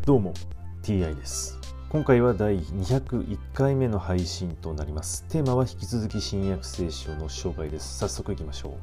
どうも TI です。今回は第201回目の配信となります。テーマは引き続き新約聖書の紹介です。早速いきましょう。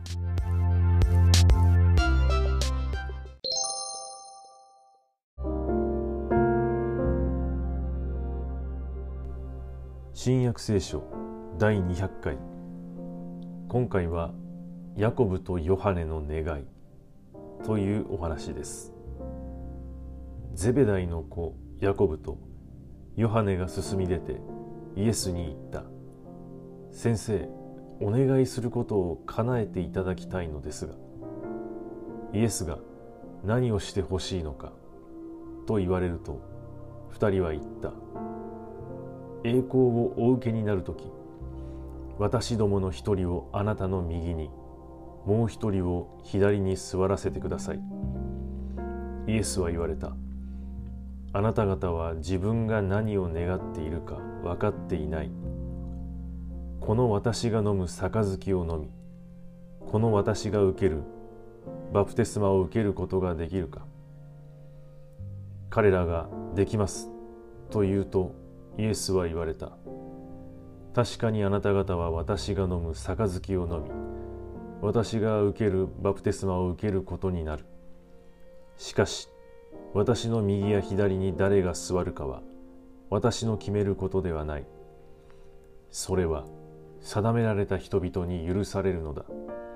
新約聖書第200回。今回はヤコブとヨハネの願いというお話です。ゼベダイの子ヤコブとヨハネが進み出てイエスに言った。先生、お願いすることを叶えていただきたいのですが。イエスが何をしてほしいのかと言われると、二人は言った。栄光をお受けになるとき、私どもの一人をあなたの右に、もう一人を左に座らせてください。イエスは言われた。あなた方は自分が何を願っているか分かっていない。この私が飲む杯を飲み、この私が受けるバプテスマを受けることができるか。彼らができますと言うと、イエスは言われた。確かにあなた方は私が飲む杯を飲み、私が受けるバプテスマを受けることになる。しかし、私の右や左に誰が座るかは、私の決めることではない。それは、定められた人々に許されるのだ。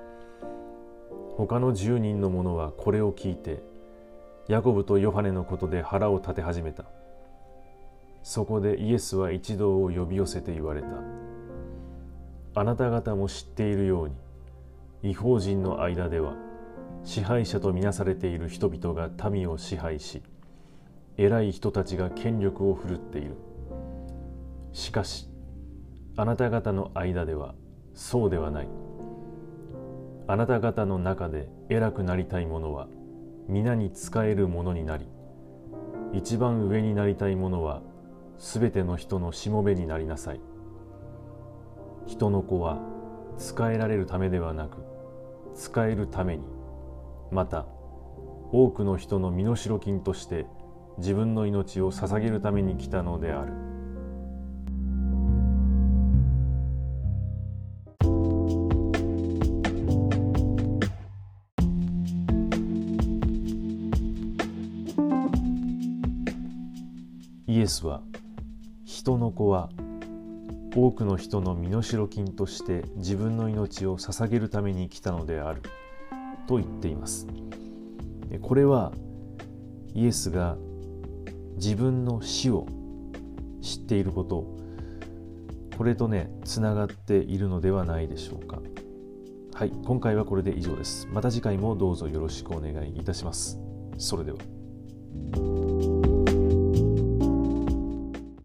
他の10人の者はこれを聞いて、ヤコブとヨハネのことで腹を立て始めた。そこでイエスは一同を呼び寄せて言われた。あなた方も知っているように、異邦人の間では、支配者とみなされている人々が民を支配し、偉い人たちが権力を振るっている。しかし、あなた方の間ではそうではない。あなた方の中で偉くなりたい者は、皆に仕える者になり、一番上になりたい者は、すべての人のしもべになりなさい。人の子は、仕えられるためではなく、仕えるために、また、多くの人の身代金として自分の命を捧げるために来たのである。イエスは、人の子は多くの人の身代金として自分の命を捧げるために来たのである。と言っています。これはイエスが自分の死を知っていること、これとねつながっているのではないでしょうか。はい、今回はこれで以上です。また次回もどうぞよろしくお願いいたします。それでは。